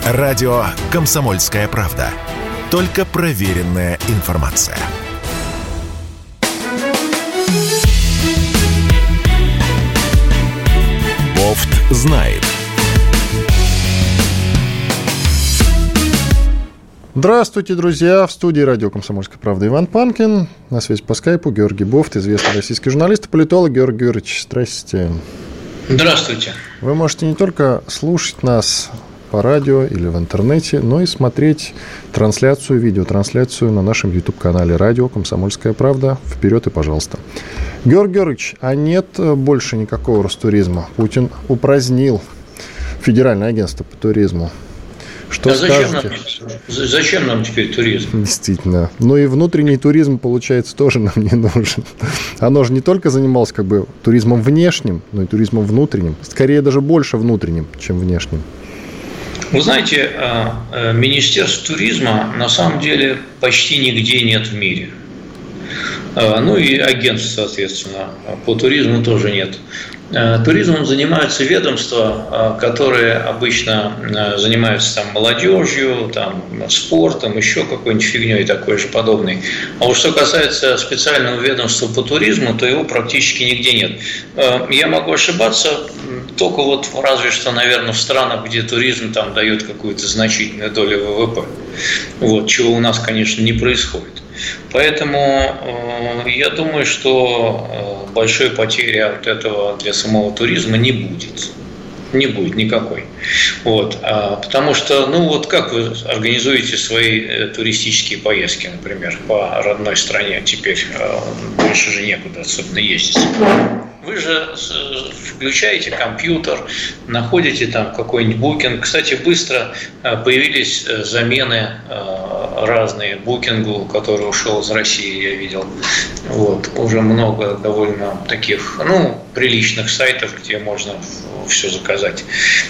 Радио «Комсомольская правда». Только проверенная информация. Бофт знает. Здравствуйте, друзья! В студии радио «Комсомольская правда» Иван Панкин. На связи по скайпу Георгий Бофт, известный российский журналист и политолог. Георгий Георгиевич, здрасте. Здравствуйте. Вы можете не только слушать нас по радио или в интернете, но и смотреть трансляцию, видеотрансляцию на нашем YouTube-канале «Радио Комсомольская правда». Вперед и пожалуйста. Георгий Георгиевич, а нет больше никакого Ростуризма? Путин упразднил Федеральное агентство по туризму. Что скажете? Зачем нам теперь туризм? Действительно. Ну и внутренний туризм, получается, тоже нам не нужен. Оно же не только занималось туризмом внешним, но и туризмом внутренним. Скорее, даже больше внутренним, чем внешним. Вы знаете, Министерств туризма на самом деле почти нигде нет в мире. Ну и агентств, соответственно, по туризму тоже нет. Туризмом занимаются ведомства, которые обычно занимаются там молодежью, там, спортом, еще какой-нибудь фигней такой же подобной. А вот что касается специального ведомства по туризму, то его практически нигде нет. Я могу ошибаться, только вот разве что, наверное, в странах, где туризм там дает какую-то значительную долю ВВП. Вот, чего у нас, конечно, не происходит. Поэтому я думаю, что большой потери от этого для самого туризма не будет. Не будет никакой. Вот. Потому что, как вы организуете свои туристические поездки, например, по родной стране теперь? Больше же некуда особенно ездить. Вы же включаете компьютер, находите там какой-нибудь букинг. Кстати, быстро появились замены разные букингу, который ушел из России, я видел. Вот. Уже много довольно таких, приличных сайтов, где можно все заказать.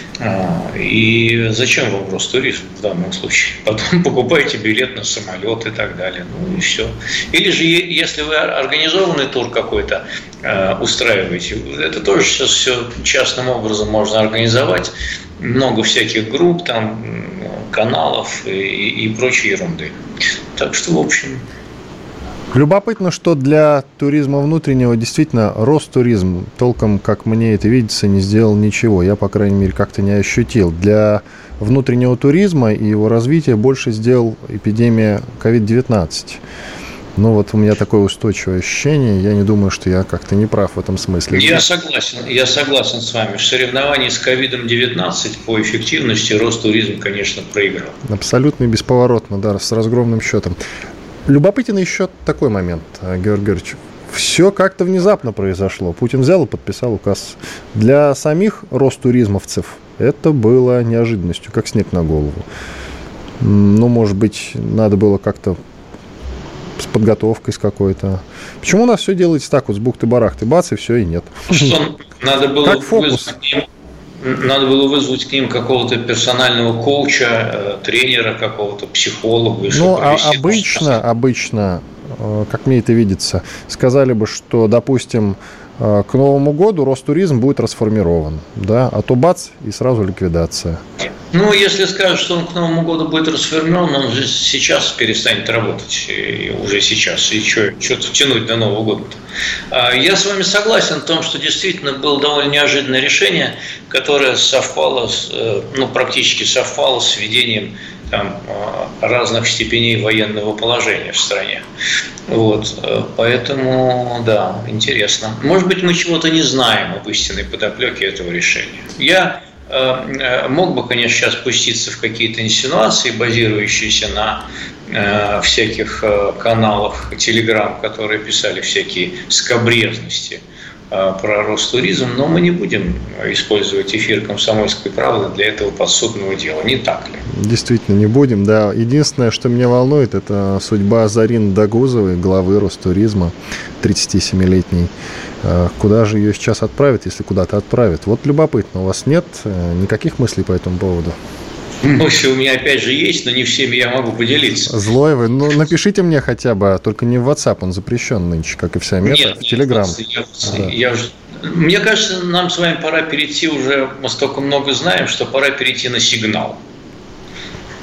И зачем вам Ростуризм в данном случае? Потом покупаете билет на самолет и так далее. И все. Или же, если вы организованный тур какой-то устраиваете, это тоже сейчас все частным образом можно организовать. Много всяких групп, там, каналов и прочей ерунды. Так что, в общем... Любопытно, что для туризма внутреннего действительно Ростуризм толком, как мне это видится, не сделал ничего. Я, по крайней мере, как-то не ощутил. Для внутреннего туризма и его развития больше сделал эпидемия COVID-19. У меня такое устойчивое ощущение. Я не думаю, что я как-то не прав в этом смысле. Я согласен с вами. В соревновании с COVID-19 по эффективности Ростуризм, конечно, проиграл. Абсолютно и бесповоротно, да, с разгромным счетом. Любопытен еще такой момент, Георгий Георгиевич. Все как-то внезапно произошло. Путин взял и подписал указ. Для самих ростуризмовцев это было неожиданностью, как снег на голову. Может быть, надо было как-то с подготовкой с какой-то. Почему у нас все делается так вот с бухты-барахты? Бац, и все, и нет. Что надо было как фокус. Надо было вызвать к ним какого-то персонального коуча, тренера какого-то, психолога. Обычно, как мне это видится, сказали бы, что, допустим, к Новому году Ростуризм будет расформирован, да, а то бац, и сразу ликвидация. Если скажут, что он к Новому году будет расформирован, он же сейчас перестанет работать, уже сейчас, и что-то тянуть до Нового года-то. Я с вами согласен в том, что действительно было довольно неожиданное решение, которое практически совпало с введением разных степеней военного положения в стране. Поэтому, да, интересно. Может быть, мы чего-то не знаем об истинной подоплеке этого решения. Я мог бы, конечно, сейчас пуститься в какие-то инсинуации, базирующиеся на всяких каналах Telegram, которые писали всякие скабрезности про Ростуризм, но мы не будем использовать эфир «Комсомольской правды» для этого подсудного дела, не так ли? Действительно, не будем, да. Единственное, что меня волнует, это судьба Зарины Дагузовой, главы Ростуризма, 37-летней. Куда же ее сейчас отправят, если куда-то отправят? Любопытно, у вас нет никаких мыслей по этому поводу? Мысли у меня опять же есть, но не всеми я могу поделиться. Злой вы. Напишите мне хотя бы, только не в WhatsApp, он запрещен нынче, как и вся мета, в Telegram. Мне кажется, нам с вами пора перейти уже, мы столько много знаем, что пора перейти на сигнал.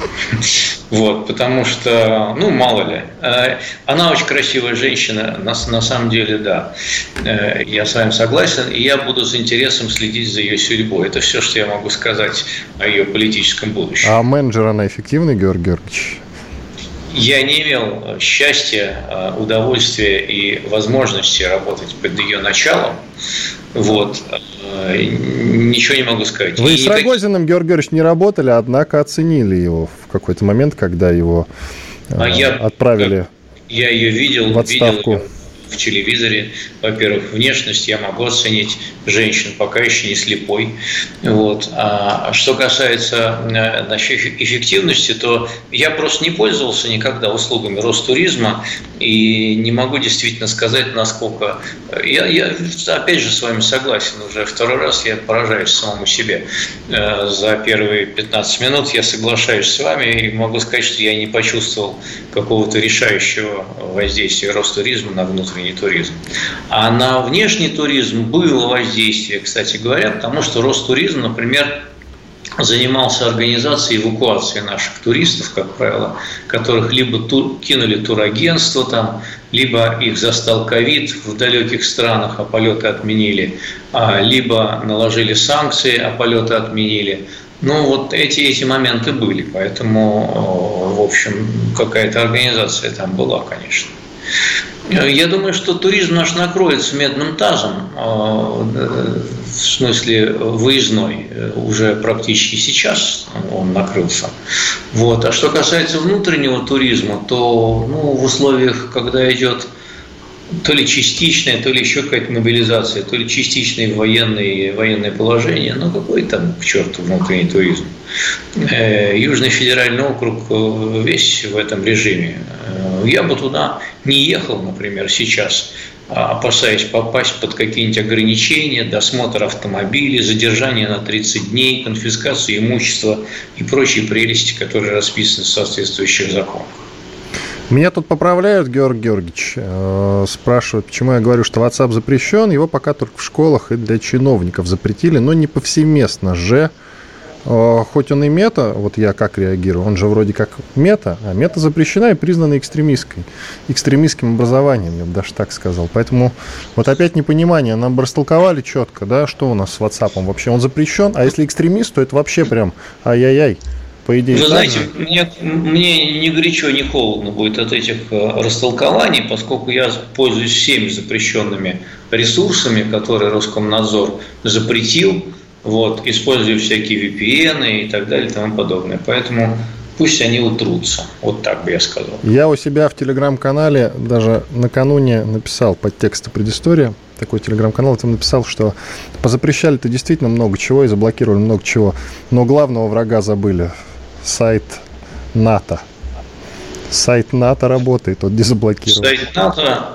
Вот, потому что, мало ли. Она очень красивая женщина, на самом деле, да. Я с вами согласен, и я буду с интересом следить за ее судьбой. Это все, что я могу сказать о ее политическом будущем. А менеджер она эффективный, Георгий Георгиевич? Я не имел счастья, удовольствия и возможности работать под ее началом. Вот. Ничего не могу сказать. Вы с Рогозиным, Георгий Георгиевич, не работали, однако оценили его в какой-то момент, когда его отправили я ее видел, в отставку. В телевизоре. Во-первых, внешность я могу оценить женщин, пока еще не слепой. Вот. А что касается эффективности, то я просто не пользовался никогда услугами Ростуризма и не могу действительно сказать, насколько... Я опять же с вами согласен, уже второй раз я поражаюсь самому себе. За первые 15 минут я соглашаюсь с вами и могу сказать, что я не почувствовал какого-то решающего воздействия Ростуризма на внутренний туризм. А на внешний туризм было воздействие, кстати говоря, потому что Ростуризм, например, занимался организацией эвакуации наших туристов, как правило, которых либо кинули турагентство там, либо их застал ковид в далеких странах, а полеты отменили, либо наложили санкции, а полеты отменили. Вот эти моменты были, поэтому, в общем, какая-то организация там была, конечно. Я думаю, что туризм наш накроется медным тазом, в смысле выездной, уже практически сейчас он накрылся. Вот. А что касается внутреннего туризма, то в условиях, когда идет то ли частичная, то ли еще какая-то мобилизация, то ли частичное военное положение, какой там к черту внутренний туризм. Южный федеральный округ весь в этом режиме. Я бы туда не ехал, например, сейчас, опасаясь попасть под какие-нибудь ограничения, досмотр автомобилей, задержание на 30 дней, конфискацию имущества и прочие прелести, которые расписаны в соответствующих законах. Меня тут поправляют, Георгий Георгиевич, спрашивают, почему я говорю, что WhatsApp запрещен, его пока только в школах и для чиновников запретили, но не повсеместно же. Хоть он и мета, вот я как реагирую, он же вроде как мета, а мета запрещена и признана экстремистским образованием, я бы даже так сказал. Поэтому вот опять непонимание, нам бы растолковали четко, да, что у нас с WhatsApp вообще, он запрещен, а если экстремист, то это вообще прям ай-яй-яй. По идее, вы знаете, мне ни горячо, ни холодно будет от этих растолкований, поскольку я пользуюсь всеми запрещенными ресурсами, которые Роскомнадзор запретил, использую всякие VPN и так далее и тому подобное. Поэтому пусть они утрутся. Вот так бы я сказал. Я у себя в телеграм-канале даже накануне написал под текстом предыстория. Такой телеграм-канал, там написал, что позапрещали-то действительно много чего и заблокировали много чего. Но главного врага забыли. Сайт НАТО. Сайт НАТО работает, вот дезаблокировал. Сайт НАТО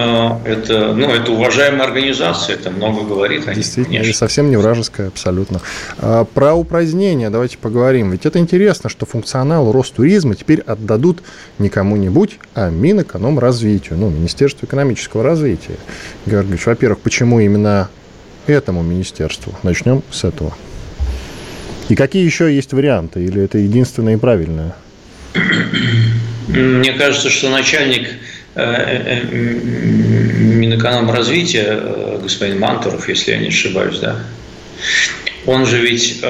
это уважаемая организация, это много говорит о ней. Действительно, и совсем не вражеская, абсолютно. Про упразднение давайте поговорим. Ведь это интересно, что функционал Ростуризма теперь отдадут не кому-нибудь, а Минэкономразвитию, Министерству экономического развития. Георгий Георгиевич, во-первых, почему именно этому министерству? Начнем с этого. И какие еще есть варианты? Или это единственное и правильное? Мне кажется, что начальник Минэкономразвития, господин Мантуров, если я не ошибаюсь, да, он же ведь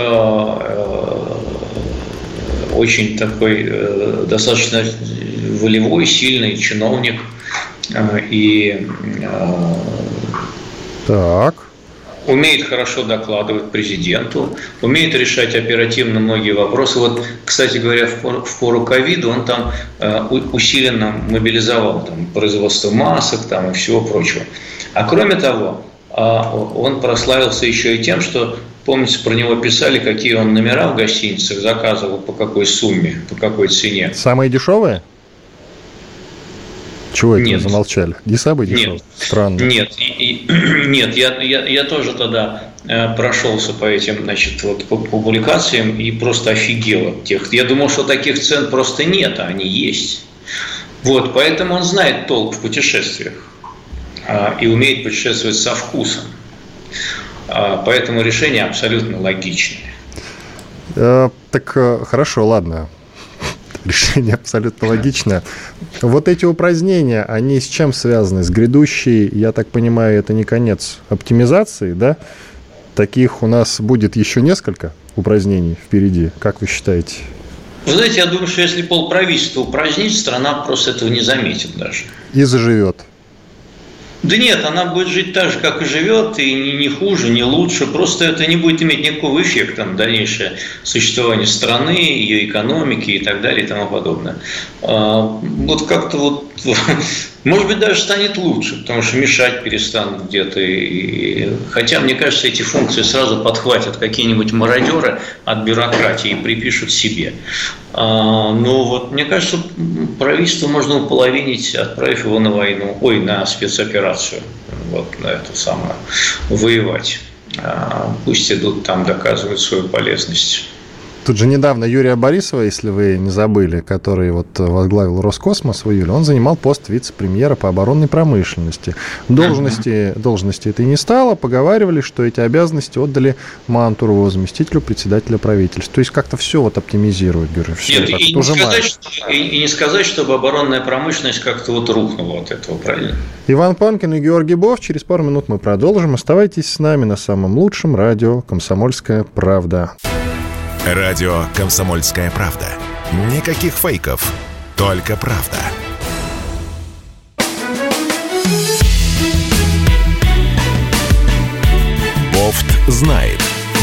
очень такой достаточно волевой, сильный чиновник и умеет хорошо докладывать президенту, умеет решать оперативно многие вопросы. Кстати говоря, в пору ковида он там усиленно мобилизовал производство масок и всего прочего. А кроме того, он прославился еще и тем, что, помните, про него писали, какие он номера в гостиницах заказывал, по какой сумме, по какой цене. Самые дешевые? Чего это Нет. Замолчали? Не самый дешевый? Нет. Странно. Нет, я тоже тогда прошелся по этим, по публикациям и просто офигел от тех. Я думал, что таких цен просто нет, а они есть. Поэтому он знает толк в путешествиях и умеет путешествовать со вкусом. Поэтому решение абсолютно логичное. Так, хорошо, ладно. решение абсолютно логичное. Вот эти упразднения, они с чем связаны? С грядущей, я так понимаю, это не конец оптимизации, да? Таких у нас будет еще несколько упразднений впереди, как вы считаете? Вы знаете, я думаю, что если полправительства упразднить, страна просто этого не заметит даже. И заживет. Да нет, она будет жить так же, как и живет, и не хуже, не лучше. Просто это не будет иметь никакого эффекта на дальнейшее существование страны, ее экономики и так далее и тому подобное. Вот как-то вот, может быть, даже станет лучше, потому что мешать перестанут где-то. Хотя, мне кажется, эти функции сразу подхватят какие-нибудь мародеры от бюрократии и припишут себе. Но вот, мне кажется, правительство можно уполовинить, отправив его на войну, на спецоперацию, вот на эту самую, воевать. Пусть идут там, доказывают свою полезность. Тут же недавно Юрия Борисова, если вы не забыли, который вот возглавил Роскосмос в июле, он занимал пост вице-премьера по оборонной промышленности. Должности это и не стало, поговаривали, что эти обязанности отдали Мантурову, заместителю председателя правительства. То есть как-то все вот оптимизируют, говорю. Все, нет, и не сказать, чтобы оборонная промышленность как-то вот рухнула от этого, правильно? Иван Панкин и Георгий Бофт. Через пару минут мы продолжим. Оставайтесь с нами на самом лучшем радио «Комсомольская правда». Радио «Комсомольская правда». Никаких фейков, только правда. Бофт знает.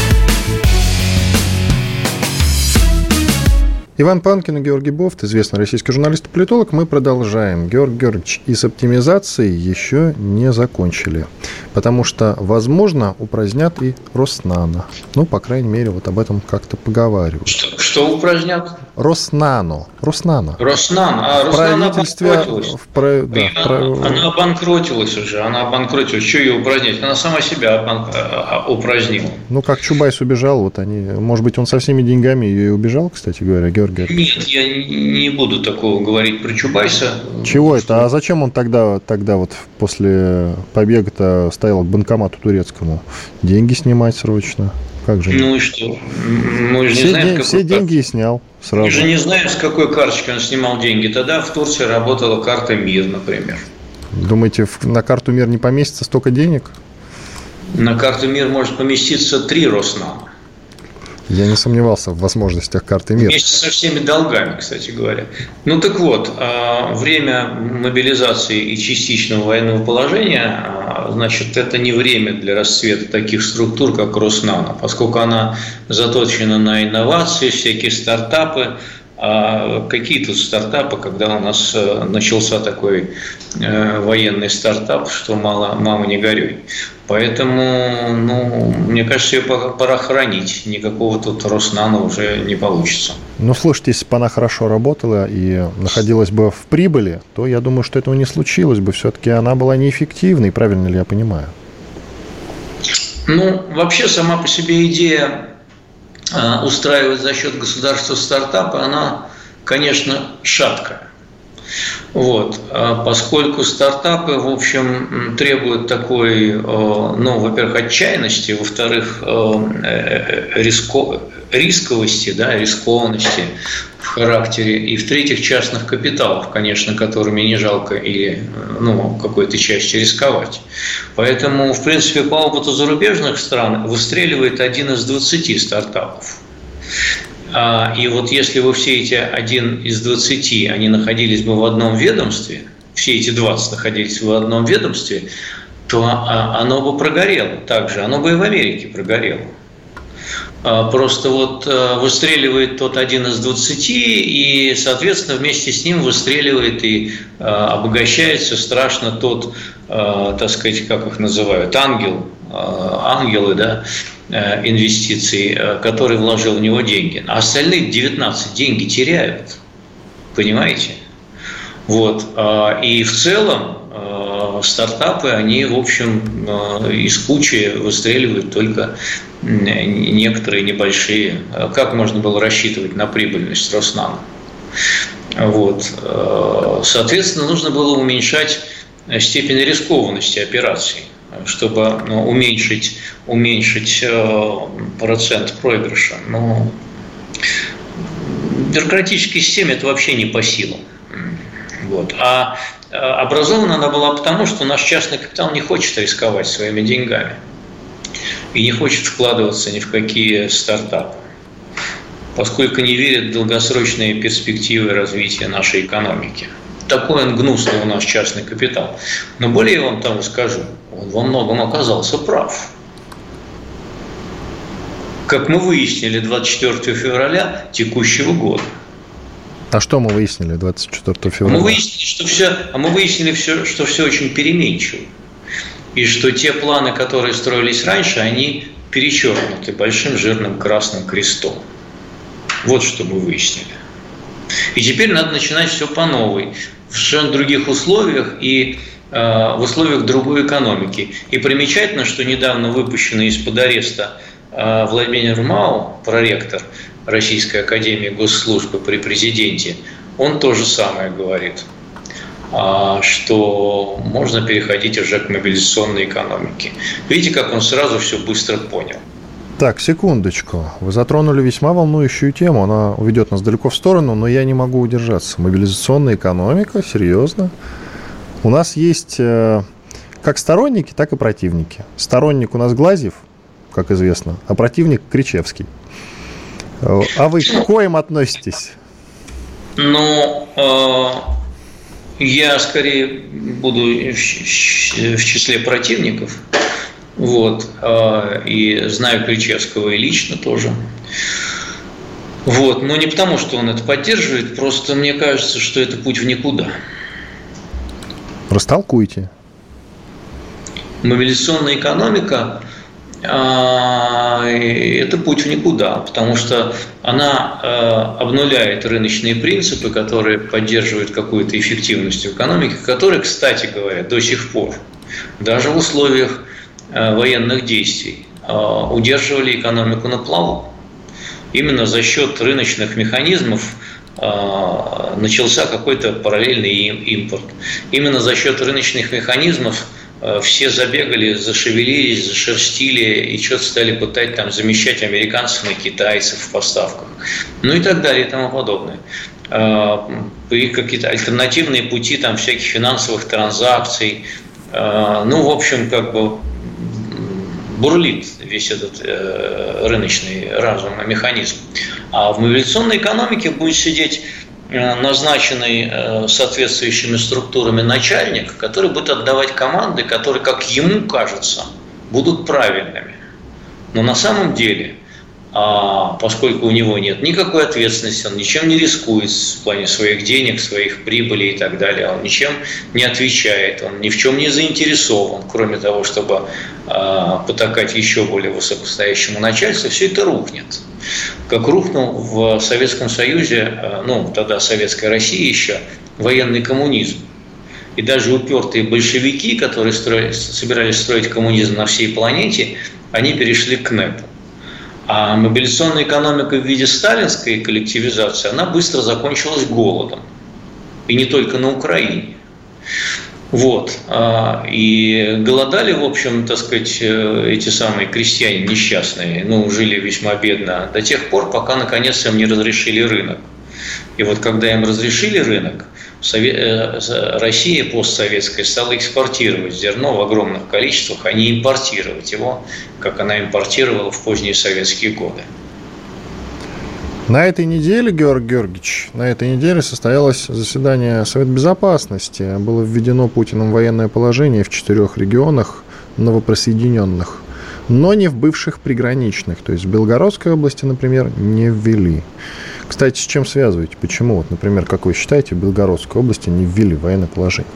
Иван Панкин и Георгий Бофт, известный российский журналист и политолог. Мы продолжаем. Георгий Георгиевич, и с оптимизацией еще не закончили. Потому что, возможно, упразднят и Роснано. Ну, по крайней мере, вот об этом как-то поговаривают. Что упразднят? Роснано. Роснано обанкротилась. Она обанкротилась уже. Что ее упразднять? Она сама себя упразднила. Ну, как Чубайс убежал, вот они... Может быть, он со всеми деньгами ее и убежал, кстати говоря, Георгий? Нет, я не буду такого говорить про Чубайса. Чего это? А зачем он тогда вот после побега-то стоял к банкомату турецкому? Деньги снимать срочно? Как же? Ну и что? Мы же не знаем, все деньги и снял сразу. Мы же не знаем, с какой карточки он снимал деньги. Тогда в Турции работала карта МИР, например. Думаете, на карту МИР не поместится столько денег? На карту МИР может поместиться 3 Роснано. Я не сомневался в возможностях карты МИР. Вместе со всеми долгами, кстати говоря. Ну так вот, время мобилизации и частичного военного положения, значит, это не время для расцвета таких структур, как Роснано, поскольку она заточена на инновации, всякие стартапы. А какие тут стартапы, когда у нас начался такой военный стартап, что мама не горюй. Поэтому, мне кажется, ее пора хранить. Никакого тут Роснано уже не получится. Ну, слушайте, если бы она хорошо работала и находилась бы в прибыли, то я думаю, что этого не случилось бы. Все-таки она была неэффективной, правильно ли я понимаю? Ну, вообще, сама по себе идея устраивать за счет государства стартапы, она, конечно, шаткая. Вот. Поскольку стартапы, в общем, требуют такой, во-первых, отчаянности, во-вторых, рисковости, рискованности в характере, и, в-третьих, частных капиталов, конечно, которыми не жалко или какой-то частью рисковать. Поэтому, в принципе, по опыту зарубежных стран выстреливает 1 из 20 стартапов. И вот если бы все эти 1 из 20, они находились бы в одном ведомстве, все эти 20 находились в одном ведомстве, то оно бы прогорело также, оно бы и в Америке прогорело. Просто вот выстреливает тот 1 из 20, и, соответственно, вместе с ним выстреливает и обогащается страшно тот, так сказать, как их называют, ангелы, инвестиций, который вложил в него деньги. А остальные 19 деньги теряют. Понимаете? Вот. И в целом стартапы, они, в общем, из кучи выстреливают только некоторые небольшие. Как можно было рассчитывать на прибыльность Роснано? Вот. Соответственно, нужно было уменьшать степень рискованности операций, чтобы уменьшить процент проигрыша. бюрократической системе это вообще не по силам. Вот. А образована она была потому, что наш частный капитал не хочет рисковать своими деньгами и не хочет вкладываться ни в какие стартапы, поскольку не верит в долгосрочные перспективы развития нашей экономики. Такой он гнусный у нас частный капитал. Но более я вам того скажу, он во многом оказался прав. Как мы выяснили 24 февраля текущего года. А что мы выяснили 24 февраля? Мы выяснили, что все очень переменчиво. И что те планы, которые строились раньше, они перечеркнуты большим жирным красным крестом. Вот что мы выяснили. И теперь надо начинать все по новой, в совершенно других условиях и в условиях другой экономики. И примечательно, что недавно выпущенный из-под ареста Владимир Мау, проректор Российской академии госслужбы при президенте, он то же самое говорит, что можно переходить уже к мобилизационной экономике. Видите, как он сразу все быстро понял. Так, секундочку. Вы затронули весьма волнующую тему. Она уведет нас далеко в сторону, но я не могу удержаться. Мобилизационная экономика? Серьезно? У нас есть как сторонники, так и противники. Сторонник у нас Глазьев, как известно, а противник Кричевский. А вы к коим относитесь? Я скорее буду в числе противников. Вот. И знаю Кричевского и лично тоже. Вот. Но не потому, что он это поддерживает, просто мне кажется, что это путь в никуда. Растолкуйте. Мобилизационная экономика – это путь в никуда, потому что она обнуляет рыночные принципы, которые поддерживают какую-то эффективность в экономике, которые, кстати говоря, до сих пор, даже в условиях военных действий, удерживали экономику на плаву. Именно за счет рыночных механизмов начался какой-то параллельный импорт. Именно за счет рыночных механизмов все забегали, зашевелились, зашерстили и что-то стали пытать там замещать американцев и китайцев в поставках. Ну и так далее и тому подобное. И какие-то альтернативные пути там всяких финансовых транзакций. В общем, как бы бурлит весь этот рыночный разум и механизм. А в мобилизационной экономике будет сидеть назначенный соответствующими структурами начальник, который будет отдавать команды, которые, как ему кажется, будут правильными. Но на самом деле, поскольку у него нет никакой ответственности, он ничем не рискует в плане своих денег, своих прибылей и так далее, он ничем не отвечает, он ни в чем не заинтересован, кроме того, чтобы потакать еще более высокостоящему начальству, все это рухнет. Как рухнул в Советском Союзе, тогда Советской России еще, военный коммунизм. И даже упертые большевики, которые собирались строить коммунизм на всей планете, они перешли к НЭПу. А мобилизационная экономика в виде сталинской коллективизации, она быстро закончилась голодом. И не только на Украине. Вот. И голодали, в общем, так сказать, эти самые крестьяне несчастные, жили весьма бедно до тех пор, пока, наконец, им не разрешили рынок. И вот когда им разрешили рынок, Россия постсоветская стала экспортировать зерно в огромных количествах, а не импортировать его, как она импортировала в поздние советские годы. На этой неделе, Георгий Георгиевич, состоялось заседание Совета Безопасности. Было введено Путиным военное положение в 4 регионах новоприсоединенных, но не в бывших приграничных. То есть в Белгородской области, например, не ввели. Кстати, с чем связываете? Почему, например, как вы считаете, в Белгородской области не ввели военное положение?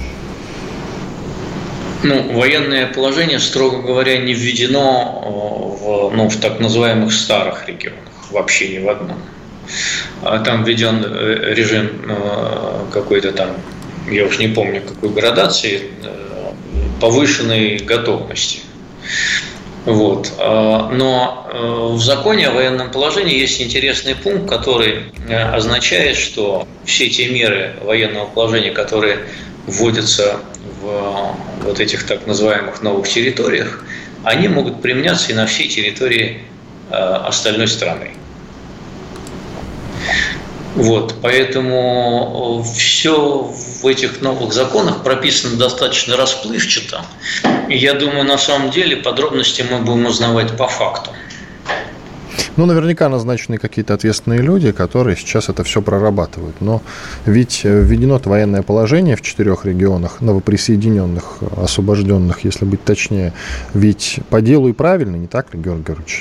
Военное положение, строго говоря, не введено в так называемых старых регионах. Вообще ни в одном. Там введен режим какой-то там, я уж не помню, какой градации, повышенной готовности. Вот. Но в законе о военном положении есть интересный пункт, который означает, что все те меры военного положения, которые вводятся в вот этих так называемых новых территориях, они могут применяться и на всей территории остальной страны. Вот, поэтому все в этих новых законах прописано достаточно расплывчато. И я думаю, на самом деле подробности мы будем узнавать по факту. Ну, наверняка назначены какие-то ответственные люди, которые сейчас это все прорабатывают. Но ведь введено военное положение в 4 регионах, новоприсоединенных, освобожденных, если быть точнее. Ведь по делу и правильно, не так ли, Георгий Георгиевич?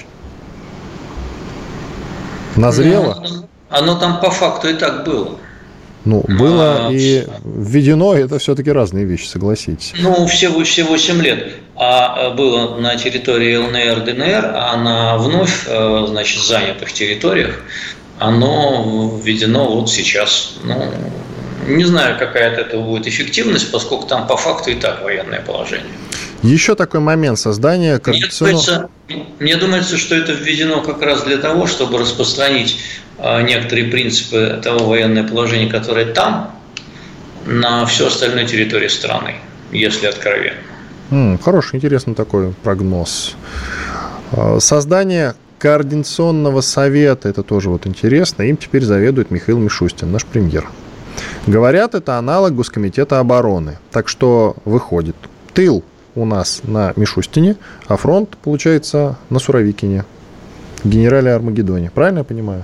Назрело? Оно там по факту и так было. Ну, было и введено, это все-таки разные вещи, согласитесь. Ну, всего 8 лет. А было на территории ЛНР, ДНР, а на вновь, значит, занятых территориях оно введено вот сейчас. Ну, не знаю, какая от этого будет эффективность, поскольку там по факту и так военное положение. Еще такой момент создания координационного... Мне думается, что это введено как раз для того, чтобы распространить некоторые принципы того военного положения, которое там, на всю остальную территорию страны, если откровенно. Хороший, интересный такой прогноз. Создание координационного совета, это тоже вот интересно, им теперь заведует Михаил Мишустин, наш премьер. Говорят, это аналог Госкомитета обороны. Так что выходит, тыл у нас на Мишустине, а фронт, получается, на Суровикине, генерале Армагеддоне. Правильно я понимаю?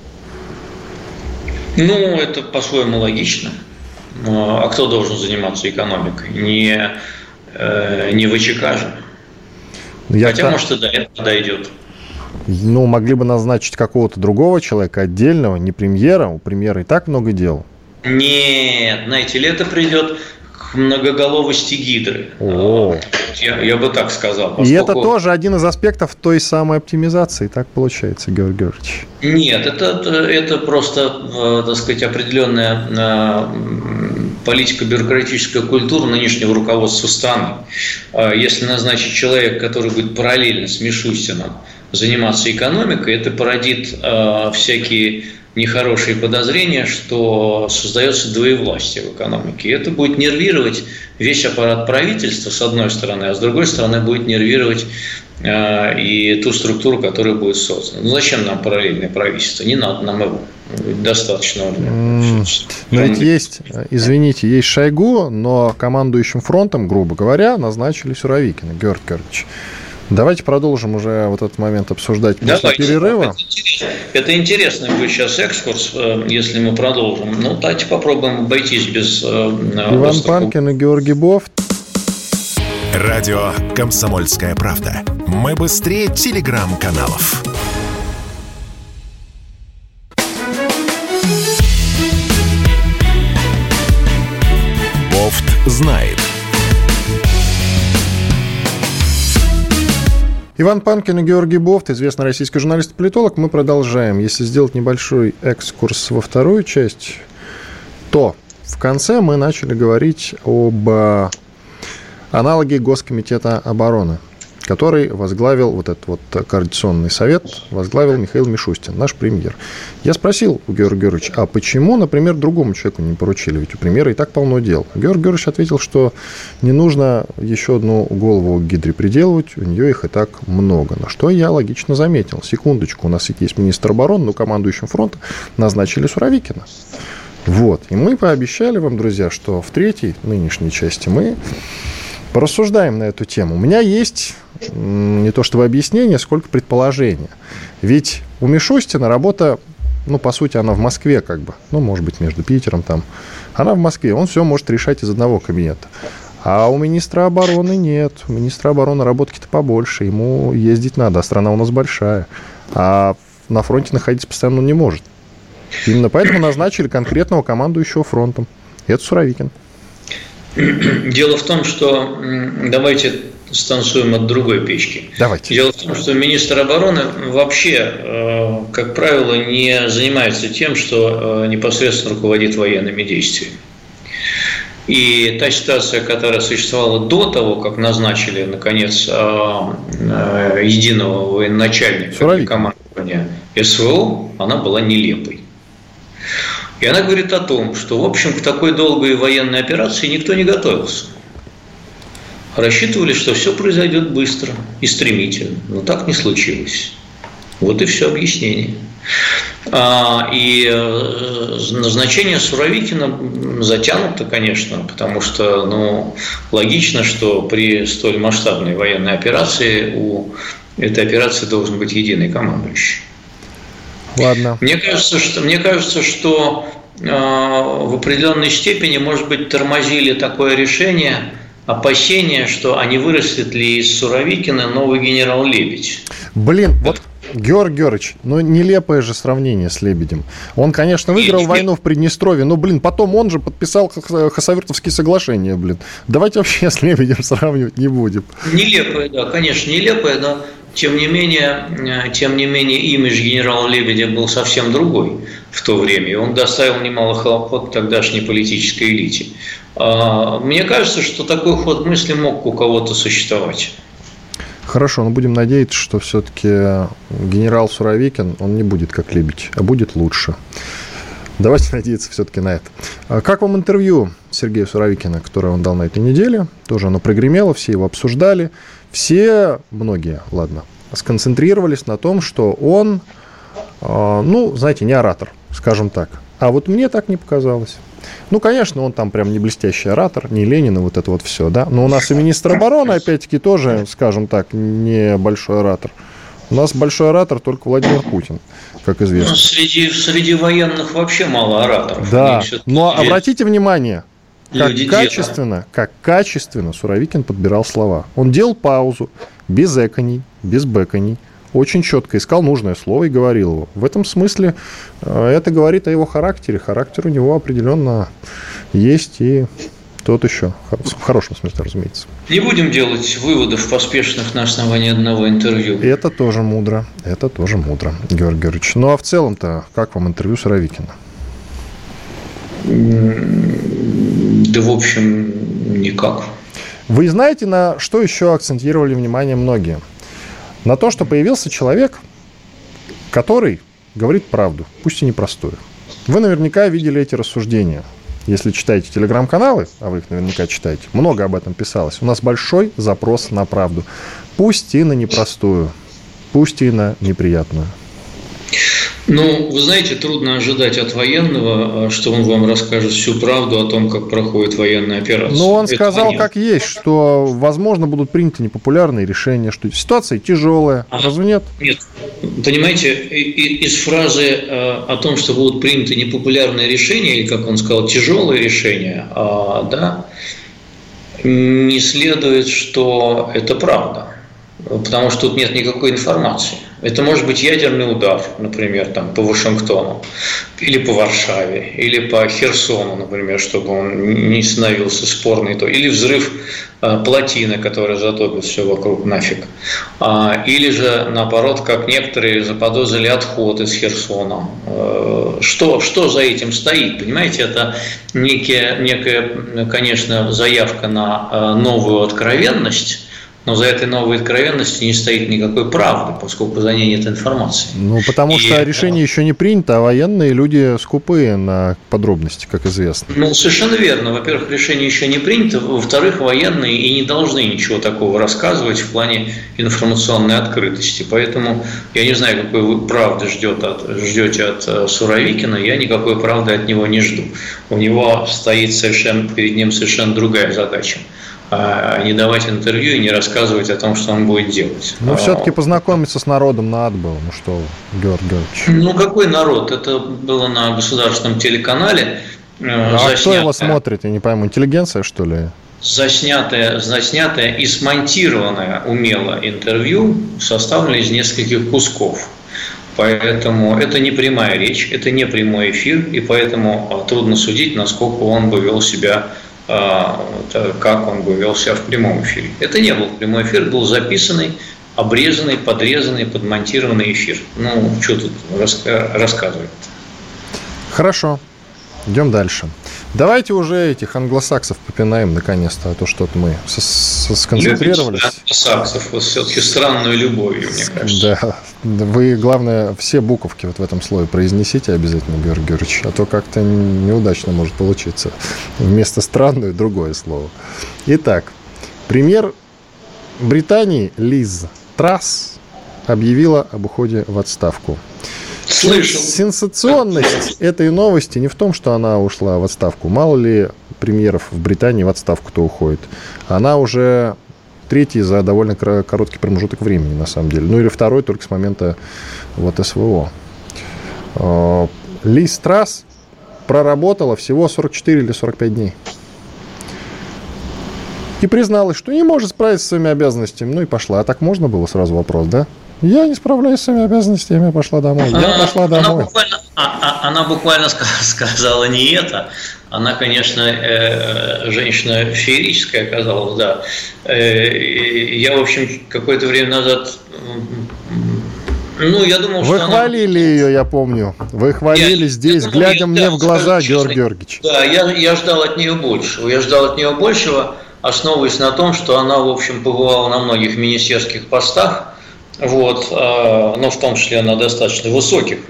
Ну, это по-своему логично. А кто должен заниматься экономикой? Не ВЧК же. Хотя, может, и до этого дойдет. Ну, могли бы назначить какого-то другого человека отдельного, не премьера. У премьера и так много дел. Нет, знаете, лето придет к многоголовости гидры. Я бы так сказал. Поскольку... И это тоже один из аспектов той самой оптимизации, так получается, Георгий Георгиевич? Нет, это просто, так сказать, определенная политико-бюрократическая культура нынешнего руководства страны. Если назначить человека, который будет параллельно с Мишустиным заниматься экономикой, это породит всякие нехорошие подозрения, что создается двоевластие в экономике. И это будет нервировать весь аппарат правительства, с одной стороны, а с другой стороны будет нервировать и ту структуру, которая будет создана. Ну, зачем нам параллельное правительство? Не надо нам его. Достаточно. Но ведь есть, извините, есть Шойгу, но командующим фронтом, грубо говоря, назначили Суровикина, Георгий Георгиевич. Давайте продолжим уже вот этот момент обсуждать после перерыва. Это интересный будет сейчас экскурс, если мы продолжим. Ну, давайте попробуем обойтись без... Иван Панкин и Георгий Бофт. Радио «Комсомольская правда». Мы быстрее телеграм-каналов. Бофт знает. Иван Панкин и Георгий Бофт, известный российский журналист и политолог. Мы продолжаем. Если сделать небольшой экскурс во вторую часть, то в конце мы начали говорить об аналоге Госкомитета обороны, который возглавил вот этот вот координационный совет, возглавил Михаил Мишустин, наш премьер. Я спросил у Георгия Георгиевича, а почему, например, другому человеку не поручили? Ведь у премьера и так полно дел. Георгий Георгиевич ответил, что не нужно еще одну голову к гидре приделывать, у нее их и так много. На что я логично заметил. Секундочку, у нас есть министр обороны, но командующим фронта назначили Суровикина. Вот. И мы пообещали вам, друзья, что в третьей нынешней части мы порассуждаем на эту тему. У меня есть не то чтобы объяснение, сколько предположения. Ведь у Мишустина работа, ну, по сути, она в Москве как бы. Ну, может быть, между Питером там. Она в Москве. Он все может решать из одного кабинета. А у министра обороны нет. У министра обороны работки-то побольше. Ему ездить надо. А страна у нас большая. А на фронте находиться постоянно он не может. Именно поэтому назначили конкретного командующего фронтом. И это Суровикин. Дело в том, что давайте станцуем от другой печки. Давайте. Дело в том, что министр обороны вообще, как правило, не занимается тем, что непосредственно руководит военными действиями. И та ситуация, которая существовала до того, как назначили, наконец, единого военачальника командования СВО, она была нелепой. И она говорит о том, что, в общем, к такой долгой военной операции никто не готовился. Рассчитывали, что все произойдет быстро и стремительно. Но так не случилось. Вот и все объяснение. И назначение Суровикина затянуто, конечно, потому что логично, что при столь масштабной военной операции у этой операции должен быть единый командующий. Ладно. Мне кажется, что в определенной степени, может быть, тормозили такое решение, опасения, что не вырастет ли из Суровикина новый генерал Лебедь. Вот, Георгий Георгиевич, нелепое же сравнение с Лебедем. Он, конечно, выиграл войну в Приднестровье, но, потом он же подписал Хасавюртовские соглашения, Давайте вообще с Лебедем сравнивать не будем. Нелепое, да, конечно, нелепое, но тем не менее, имидж генерала Лебедя был совсем другой в то время, и он доставил немало хлопот тогдашней политической элите. Мне кажется, что такой ход мысли мог у кого-то существовать. Хорошо, но будем надеяться, что все-таки генерал Суровикин, он не будет как Лебедь, а будет лучше. Давайте надеяться все-таки на это. Как вам интервью Сергея Суровикина, которое он дал на этой неделе? Тоже оно прогремело, все его обсуждали. Многие, сконцентрировались на том, что он, не оратор, скажем так. А вот мне так не показалось. Конечно, он там прям не блестящий оратор, не Ленин и вот это вот все, да. Но у нас и министр обороны, опять-таки, тоже, скажем так, не большой оратор. У нас большой оратор только Владимир Путин, как известно. Среди военных вообще мало ораторов. Да, но обратите внимание, как качественно Суровикин подбирал слова. Он делал паузу, без эконий, без бэконий. Очень четко искал нужное слово и говорил его. В этом смысле это говорит о его характере. Характер у него определенно есть, и тот еще. В хорошем смысле, разумеется. Не будем делать выводов поспешных на основании одного интервью. Это тоже мудро, Георгий Георгиевич. А в целом-то, как вам интервью Суровикина? Да, в общем, никак. Вы знаете, на что еще акцентировали внимание многие? На то, что появился человек, который говорит правду, пусть и непростую. Вы наверняка видели эти рассуждения. Если читаете телеграм-каналы, а вы их наверняка читаете, много об этом писалось. У нас большой запрос на правду. Пусть и на непростую, пусть и на неприятную. Вы знаете, трудно ожидать от военного, что он вам расскажет всю правду о том, как проходит военная операция. Он сказал, как есть, что, возможно, будут приняты непопулярные решения, что ситуация тяжелая. Разве нет? Нет. Понимаете, из фразы о том, что будут приняты непопулярные решения, или, как он сказал, тяжелые решения, не следует, что это правда. Потому что тут нет никакой информации. Это может быть ядерный удар, например, по Вашингтону, или по Варшаве, или по Херсону, например, чтобы он не становился спорный, или взрыв плотины, которая затопит все вокруг нафиг. Или же, наоборот, как некоторые заподозрили, отход из Херсона. Что за этим стоит? Понимаете, это некая, конечно, заявка на новую откровенность, но за этой новой откровенностью не стоит никакой правды, поскольку за ней нет информации. Потому что решение еще не принято, а военные люди скупые на подробности, как известно. Совершенно верно. Во-первых, решение еще не принято. Во-вторых, военные и не должны ничего такого рассказывать в плане информационной открытости. Поэтому я не знаю, какой вы правды ждете от Суровикина. Я никакой правды от него не жду. У него стоит перед ним совершенно другая задача. Не давать интервью и не рассказывать о том, что он будет делать. Все-таки познакомиться с народом надо было. Что вы, Георгий Георгиевич? Какой народ? Это было на государственном телеканале. Кто его смотрит? Я не пойму, интеллигенция, что ли? Заснятое и смонтированное умело интервью составлено из нескольких кусков. Поэтому это не прямая речь, это не прямой эфир, и поэтому трудно судить, насколько он бы вел себя, как он бы вел себя в прямом эфире. Это не был прямой эфир, был записанный, обрезанный, подрезанный, подмонтированный эфир. Что тут рассказывать? Хорошо, идем дальше. Давайте уже этих англосаксов попинаем наконец-то, а то что-то мы сконцентрировались. Англосаксов, все-таки странную любовью, мне кажется. Да, вы, главное, все буковки в этом слое произнесите обязательно, Георгий Георгиевич, а то как-то неудачно может получиться. Вместо странную другое слово. Итак, премьер Британии Лиз Трасс объявила об уходе в отставку. Слышал. Сенсационность этой новости не в том, что она ушла в отставку. Мало ли премьеров в Британии в отставку-то уходит. Она уже третий за довольно короткий промежуток времени, на самом деле. Ну, или второй только с момента вот СВО. Лиз Трасс проработала всего 44 или 45 дней. И призналась, что не может справиться с своими обязанностями. Ну и пошла. А так можно было сразу вопрос, да? Я не справляюсь с своими обязанностями, я пошла домой. Она буквально сказала не это. Она, конечно, женщина феерическая оказалась, да. Я, в общем, какое-то время назад... Ну, я думал, Вы хвалили ее, я помню. Вы хвалили здесь, глядя мне в глаза, Георгий Георгиевич. Да, я ждал от нее большего. Основываясь на том, что она, в общем, побывала на многих министерских постах, вот, но в том числе на достаточно высоких,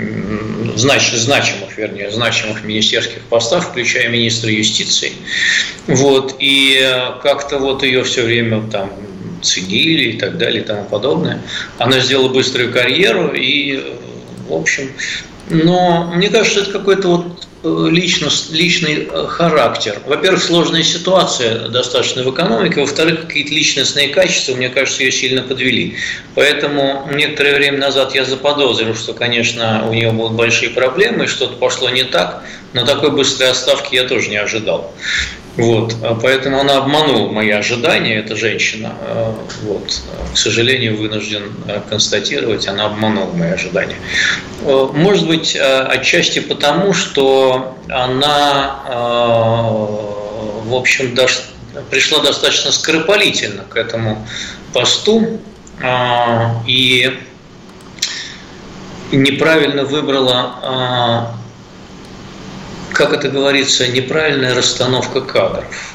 значимых министерских постах, включая министра юстиции, вот, и как-то вот ее все время там ценили и так далее и тому подобное. Она сделала быструю карьеру и, в общем, но мне кажется, это какой-то вот личный характер. Во-первых, сложная ситуация достаточно в экономике, во-вторых, какие-то личностные качества, мне кажется, ее сильно подвели. Поэтому некоторое время назад я заподозрил, что, конечно, у нее будут большие проблемы, и что-то пошло не так, но такой быстрой отставки я тоже не ожидал. Вот, поэтому она обманула мои ожидания, эта женщина. Вот, к сожалению, вынужден констатировать, она обманула мои ожидания. Может быть, отчасти потому, что она, в общем, пришла достаточно скоропалительно к этому посту и неправильно выбрала, как это говорится, неправильная расстановка кадров.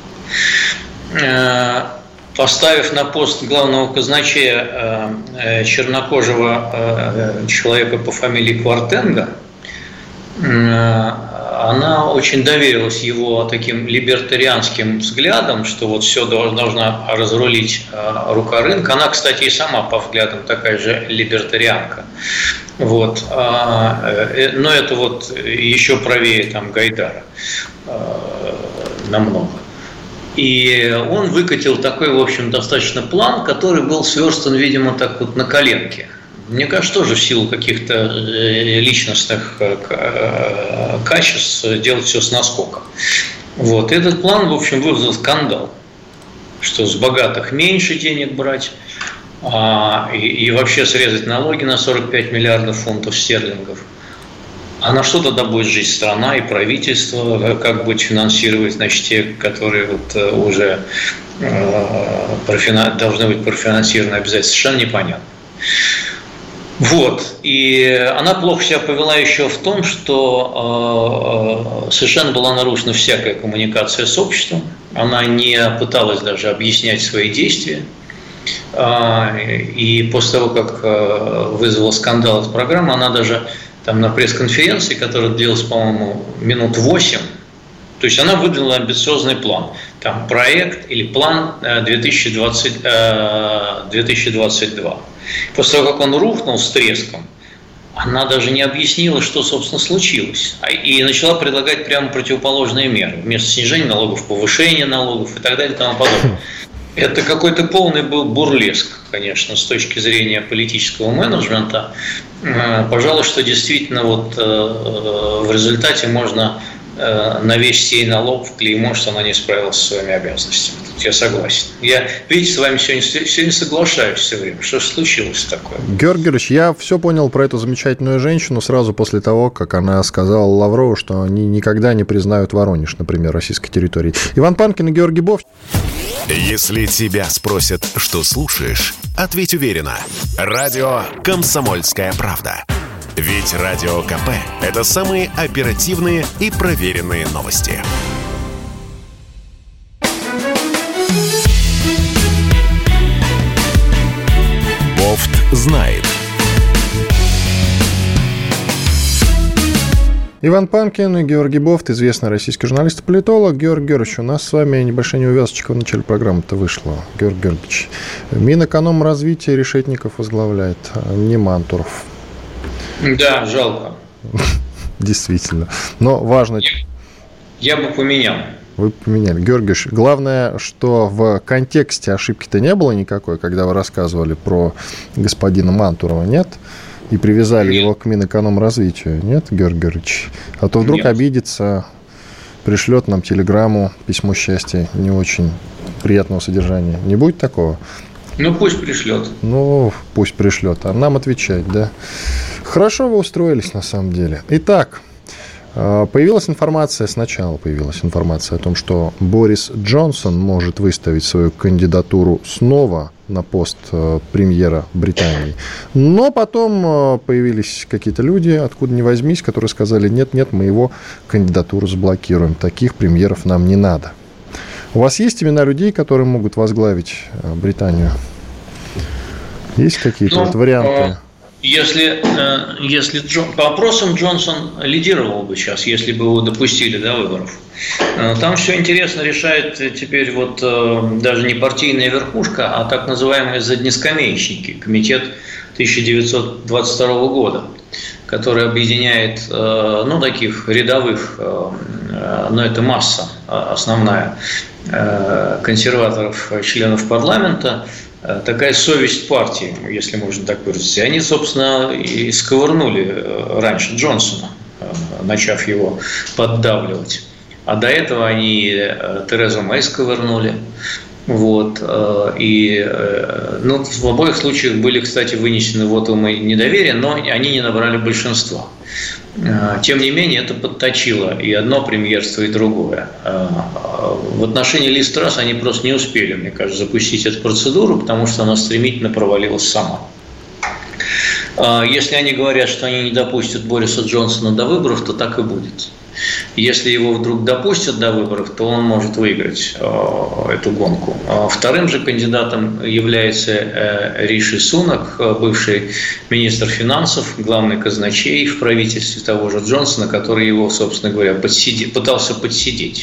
Поставив на пост главного казначея чернокожего человека по фамилии Квартенга, она очень доверилась его таким либертарианским взглядам, что вот все должна разрулить рука рынка. Она, кстати, и сама по взглядам такая же либертарианка. Вот. Но это вот еще правее там Гайдара намного. И он выкатил такой, в общем, достаточно план, который был сверстан, видимо, так вот на коленке. Мне кажется, тоже в силу каких-то личностных качеств делать все с наскока. Вот. Этот план, в общем, вызвал скандал, что с богатых меньше денег брать, и вообще срезать налоги на 45 миллиардов фунтов стерлингов. А на что тогда будет жить страна и правительство, как будет финансировать, значит, те, которые вот уже должны быть профинансированы обязательно, совершенно непонятно. Вот. И она плохо себя повела еще в том, что совершенно была нарушена всякая коммуникация с обществом, она не пыталась даже объяснять свои действия. И после того, как вызвала скандал эта программа, она даже там на пресс-конференции, которая длилась, по-моему, минут 8, то есть она выдвинула амбициозный план. Там проект или план 2022. После того, как он рухнул с треском, она даже не объяснила, что, собственно, случилось. И начала предлагать прямо противоположные меры. Вместо снижения налогов, повышения налогов и так далее и тому подобное. Это какой-то полный был бурлеск, конечно, с точки зрения политического менеджмента. Пожалуй, что действительно вот в результате можно навесить сей налог в клеймо, что она не справилась со своими обязанностями. Тут я согласен. Я, видите, с вами сегодня соглашаюсь все время. Что же случилось такое? Георгий Георгиевич, я все понял про эту замечательную женщину сразу после того, как она сказала Лаврову, что они никогда не признают Воронеж, например, российской территории. Иван Панкин и Георгий Бофт. Если тебя спросят, что слушаешь, ответь уверенно. Радио «Комсомольская правда». Ведь Радио КП – это самые оперативные и проверенные новости. Бофт знает. Иван Панкин и Георгий Бофт, известный российский журналист и политолог. Георгий Георгиевич, у нас с вами небольшая неувязочка в начале программы-то вышла. Георгий Георгиевич, Минэкономразвития Решетников возглавляет, не Мантуров. Да, жалко. Действительно. Но важно... Я бы поменял. Вы поменяли. Георгий Ильич, главное, что в контексте ошибки-то не было никакой, когда вы рассказывали про господина Мантурова, нет? И привязали его к Минэкономразвитию, нет, Георгий Георгиевич? А то вдруг обидится, пришлет нам телеграмму, письмо счастья не очень приятного содержания. Не будет такого? Ну, пусть пришлет. Ну, пусть пришлет. А нам отвечать, да? Хорошо вы устроились, на самом деле. Итак, появилась информация о том, что Борис Джонсон может выставить свою кандидатуру снова на пост премьера Британии. Но потом появились какие-то люди, откуда ни возьмись, которые сказали, нет, мы его кандидатуру заблокируем. Таких премьеров нам не надо. У вас есть имена людей, которые могут возглавить Британию? Есть какие-то варианты? Если по опросам Джонсон лидировал бы сейчас, если бы его допустили до выборов. Там все интересно решает теперь даже не партийная верхушка, а так называемые заднескамеечники, комитет 1922 года, который объединяет, таких рядовых, но это масса основная, консерваторов, членов парламента, такая совесть партии, если можно так выразиться. И они, собственно, и сковырнули раньше Джонсона, начав его поддавливать. А до этого они Терезу Мэй сковырнули. В обоих случаях были, кстати, вынесены вотумы недоверия, но они не набрали большинства. Тем не менее, это подточило и одно премьерство, и другое. В отношении Лиз Трасс они просто не успели, мне кажется, запустить эту процедуру, потому что она стремительно провалилась сама. Если они говорят, что они не допустят Бориса Джонсона до выборов, то так и будет. Если его вдруг допустят до выборов, то он может выиграть эту гонку. Вторым же кандидатом является Риши Сунак, бывший министр финансов, главный казначей в правительстве того же Джонсона, который его, собственно говоря, пытался подсидеть.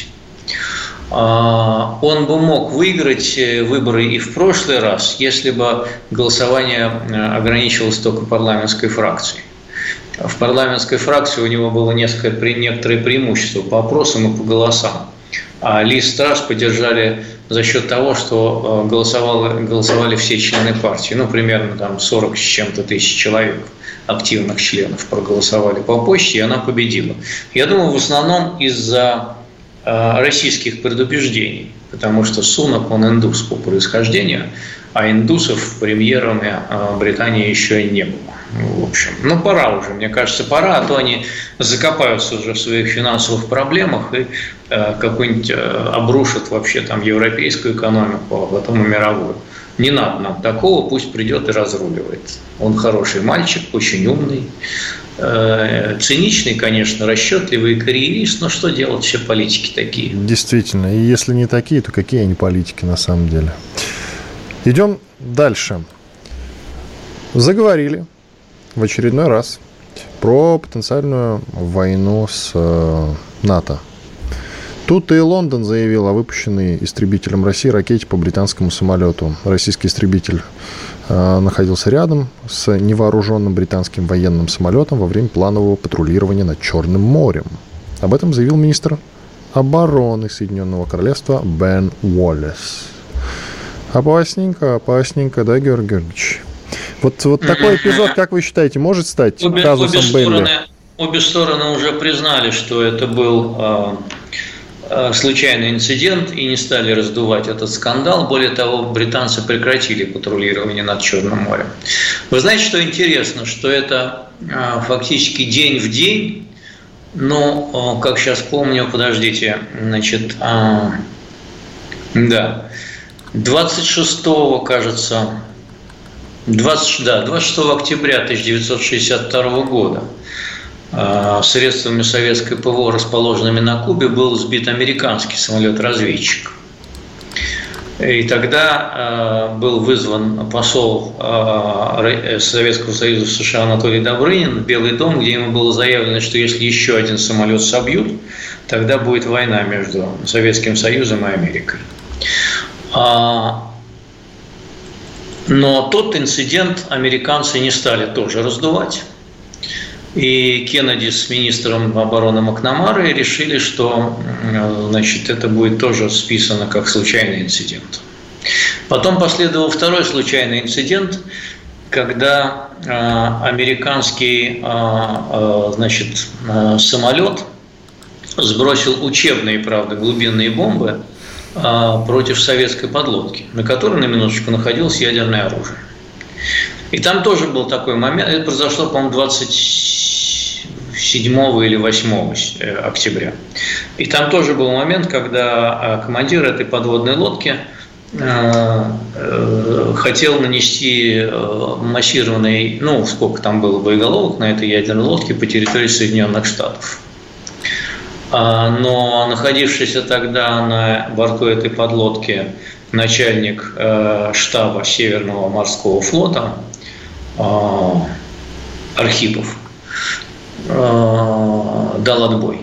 Он бы мог выиграть выборы и в прошлый раз, если бы голосование ограничивалось только парламентской фракцией. В парламентской фракции у него было некоторые преимущества по опросам и по голосам. А Лиз Трасс поддержали за счет того, что голосовали все члены партии. Примерно 40 с чем-то тысяч человек, активных членов, проголосовали по почте, и она победила. Я думаю, в основном из-за российских предубеждений, потому что Сунак, он индус по происхождению, а индусов премьерами Британии еще и не было. В общем, пора уже, мне кажется, пора, а то они закопаются уже в своих финансовых проблемах и какую-нибудь обрушат вообще европейскую экономику, а потом и мировую. Не надо нам такого, пусть придет и разруливает. Он хороший мальчик, очень умный, циничный, конечно, расчетливый карьерист, но что делать, все политики такие. Действительно, и если не такие, то какие они политики на самом деле? Идем дальше. Заговорили в очередной раз про потенциальную войну с НАТО. Тут и Лондон заявил о выпущенной истребителем России ракете по британскому самолету. Российский истребитель находился рядом с невооруженным британским военным самолетом во время планового патрулирования над Черным морем. Об этом заявил министр обороны Соединенного Королевства Бен Уоллес. Опасненько, да, Георгий Георгиевич? Вот такой эпизод, как вы считаете, может стать казусом Белли? Обе стороны уже признали, что это был случайный инцидент и не стали раздувать этот скандал. Более того, британцы прекратили патрулирование над Черным морем. Вы знаете, что интересно, что это фактически день в день, но, как сейчас помню, 26 октября 1962 года средствами советской ПВО, расположенными на Кубе, был сбит американский самолет-разведчик. И тогда был вызван посол Советского Союза в США Анатолий Добрынин в Белый дом, где ему было заявлено, что если еще один самолет собьют, тогда будет война между Советским Союзом и Америкой. Но тот инцидент американцы не стали тоже раздувать. И Кеннеди с министром обороны Макнамарой решили, что, значит, это будет тоже списано как случайный инцидент. Потом последовал второй случайный инцидент, когда американский, значит, самолет сбросил учебные, правда, глубинные бомбы против советской подлодки, на которой, на минуточку, находилось ядерное оружие. И там тоже был такой момент, это произошло, по-моему, 27 или 8 октября. И там тоже был момент, когда командир этой подводной лодки хотел нанести массированный, ну, сколько там было боеголовок на этой ядерной лодке по территории Соединенных Штатов. Но находившийся тогда на борту этой подлодки начальник штаба Северного морского флота Архипов дал отбой.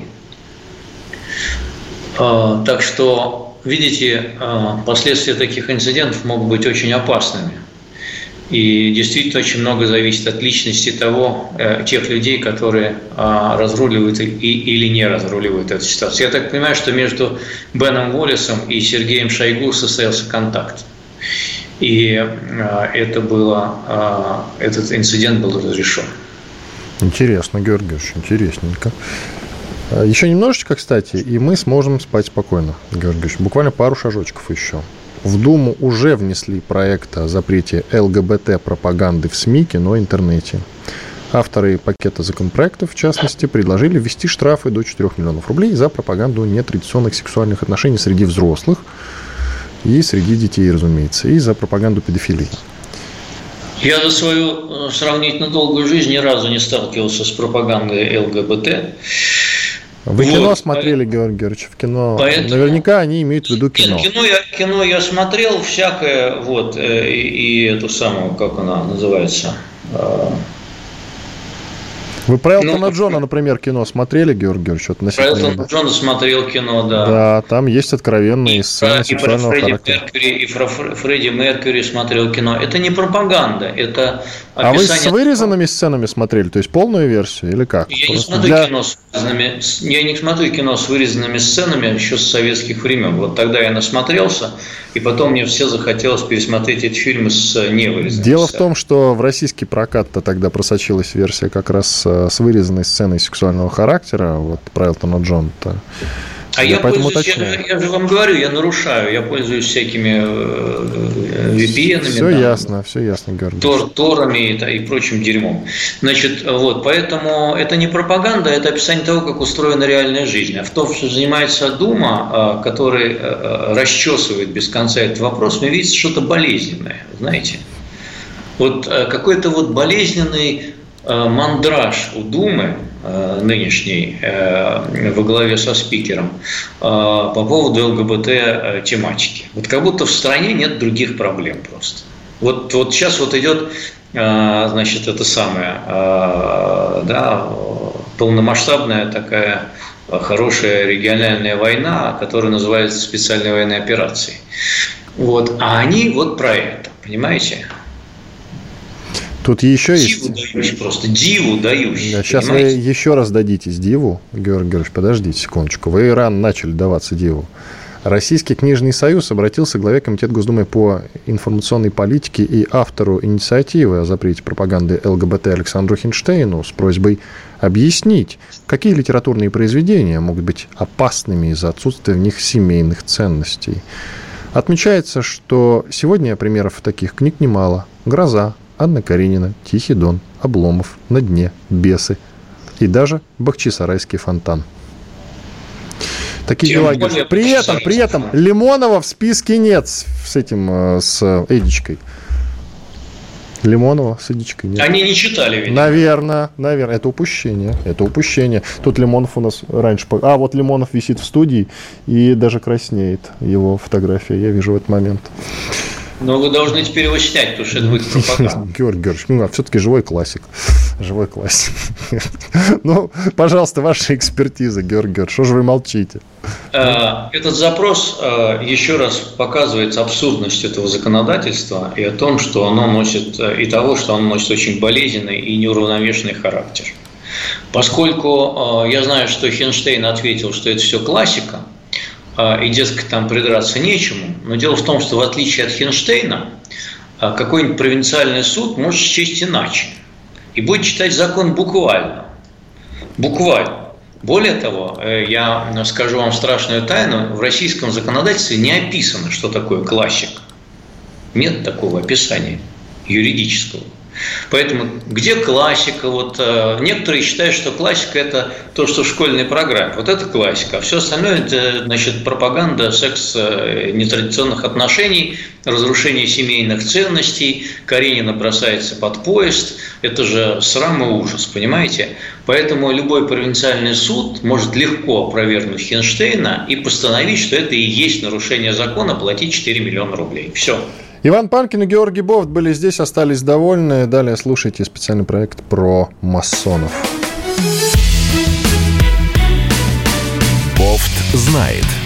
Так что, видите, последствия таких инцидентов могут быть очень опасными. И действительно очень много зависит от личности тех людей, которые разруливают или не разруливают эту ситуацию. Я так понимаю, что между Беном Уоллесом и Сергеем Шойгу состоялся контакт. И этот инцидент был разрешен. Интересно, Георгий Георгиевич, интересненько. Еще немножечко, кстати, и мы сможем спать спокойно, Георгий Георгиевич. Буквально пару шажочков еще. В Думу уже внесли проект о запрете ЛГБТ-пропаганды в СМИ, кино, интернете. Авторы пакета законопроектов, в частности, предложили ввести штрафы до 4 миллионов рублей за пропаганду нетрадиционных сексуальных отношений среди взрослых и среди детей, разумеется, и за пропаганду педофилии. Я за свою сравнительно долгую жизнь ни разу не сталкивался с пропагандой ЛГБТ. Вы кино смотрели, Георгий Георгиевич, в кино. Поэтому... Наверняка они имеют в виду кино. Кино я смотрел всякое, вот, и эту самую, как она называется... Вы про Элтона Джона, например, кино смотрели, Георгий Георгиевич? Про Элтона Джона смотрел кино, да. Да, там есть откровенные сцены сексуального характера. И про Фредди Меркьюри смотрел кино. Это не пропаганда, это описание... А вы с вырезанными сценами смотрели, то есть полную версию или как? Я не смотрю кино с вырезанными сценами еще с советских времен. Вот тогда я насмотрелся, и потом мне все захотелось пересмотреть эти фильмы с невырезанными Дело в том, что в российский прокат-то тогда просочилась версия как раз с вырезанной сценой сексуального характера, вот про Элтона Джона-то. Я же вам говорю, я нарушаю, я пользуюсь всякими VPN-ами. Все ясно, Георгий. Торами и прочим дерьмом. Значит, вот, поэтому это не пропаганда, это описание того, как устроена реальная жизнь. А в том, что занимается Дума, который расчесывает без конца этот вопрос, мне видится что-то болезненное, знаете. Вот какой-то вот болезненный мандраж у Думы нынешней во главе со спикером по поводу ЛГБТ-тематики. Вот как будто в стране нет других проблем просто. Вот сейчас вот идет, значит, это самое, да, полномасштабная такая хорошая региональная война, которая называется специальной военной операцией. Вот, а они вот про это, понимаете? Тут еще диву есть... дающий просто, диву дающий. Да, сейчас понимаете? Вы еще раз дадитесь диву, Георгий Георгиевич, подождите секундочку. Вы рано начали даваться диву. Российский книжный союз обратился к главе Комитета Госдумы по информационной политике и автору инициативы о запрете пропаганды ЛГБТ Александру Хинштейну с просьбой объяснить, какие литературные произведения могут быть опасными из-за отсутствия в них семейных ценностей. Отмечается, что сегодня примеров таких книг немало. «Гроза», Анна Каренина, «Тихий дон», «Обломов», «На дне», «Бесы» и даже «Бахчисарайский фонтан». Такие дела. При этом Лимонова в списке нет с Эдичкой. Лимонова с Эдичкой нет. Они не читали, видимо. Наверное. Это упущение. Тут Лимонов у нас раньше... вот Лимонов висит в студии и даже краснеет его фотография. Я вижу в этот момент. Но вы должны теперь его снять, потому что это будет пропаганда. Георгий Георгиевич, все-таки живой классик. Ну, пожалуйста, ваша экспертиза, Георгий Георгиевич, что же вы молчите? Этот запрос еще раз показывает абсурдность этого законодательства и о том, что оно носит, и того, что оно носит очень болезненный и неуравновешенный характер. Поскольку я знаю, что Хинштейн ответил, что это все классика, и, дескать, там придраться нечему, но дело в том, что в отличие от Хинштейна, какой-нибудь провинциальный суд может счесть иначе и будет читать закон буквально. Буквально. Более того, я скажу вам страшную тайну, в российском законодательстве не описано, что такое классика. Нет такого описания юридического. Поэтому где классика? Вот некоторые считают, что классика – это то, что в школьной программе. Вот это классика. А все остальное – это, значит, пропаганда секс нетрадиционных отношений, разрушение семейных ценностей. Каренина бросается под поезд. Это же срам и ужас, понимаете? Поэтому любой провинциальный суд может легко опровергнуть Хинштейна и постановить, что это и есть нарушение закона, платить 4 миллиона рублей. Все. Иван Панкин и Георгий Бофт были здесь, остались довольны. Далее слушайте специальный проект про масонов. Бофт знает.